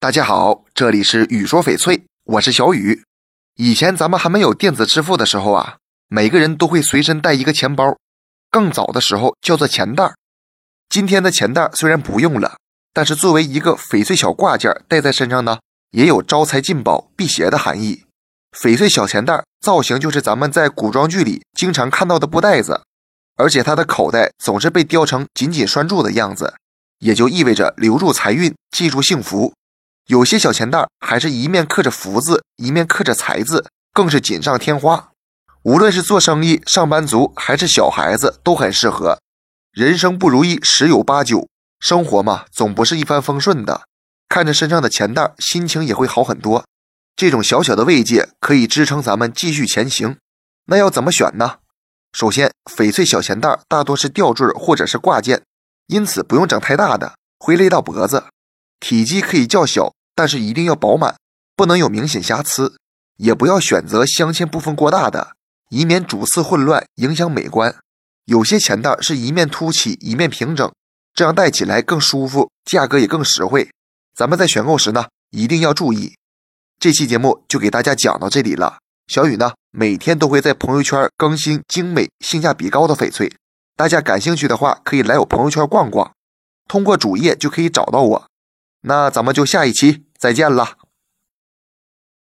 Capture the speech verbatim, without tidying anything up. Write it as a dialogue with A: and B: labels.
A: 大家好，这里是雨说翡翠，我是小雨。以前咱们还没有电子支付的时候啊，每个人都会随身带一个钱包，更早的时候叫做钱袋。今天的钱袋虽然不用了，但是作为一个翡翠小挂件戴在身上呢，也有招财进宝辟邪的含义。翡翠小钱袋造型就是咱们在古装剧里经常看到的布袋子，而且它的口袋总是被雕成紧紧拴住的样子，也就意味着留住财运，记住幸福。有些小钱袋还是一面刻着福字，一面刻着财字，更是锦上添花。无论是做生意、上班族还是小孩子都很适合。人生不如意十有八九，生活嘛总不是一帆风顺的，看着身上的钱袋，心情也会好很多。这种小小的慰藉可以支撑咱们继续前行。那要怎么选呢？首先，翡翠小钱袋大多是吊坠或者是挂件，因此不用整太大的，会勒到脖子。体积可以较小，但是一定要饱满，不能有明显瑕疵，也不要选择镶嵌部分过大的，以免主次混乱，影响美观。有些钱袋是一面凸起，一面平整，这样戴起来更舒服，价格也更实惠。咱们在选购时呢，一定要注意。这期节目就给大家讲到这里了。小雨呢，每天都会在朋友圈更新精美、性价比高的翡翠，大家感兴趣的话，可以来我朋友圈逛逛，通过主页就可以找到我。那咱们就下一期再见了。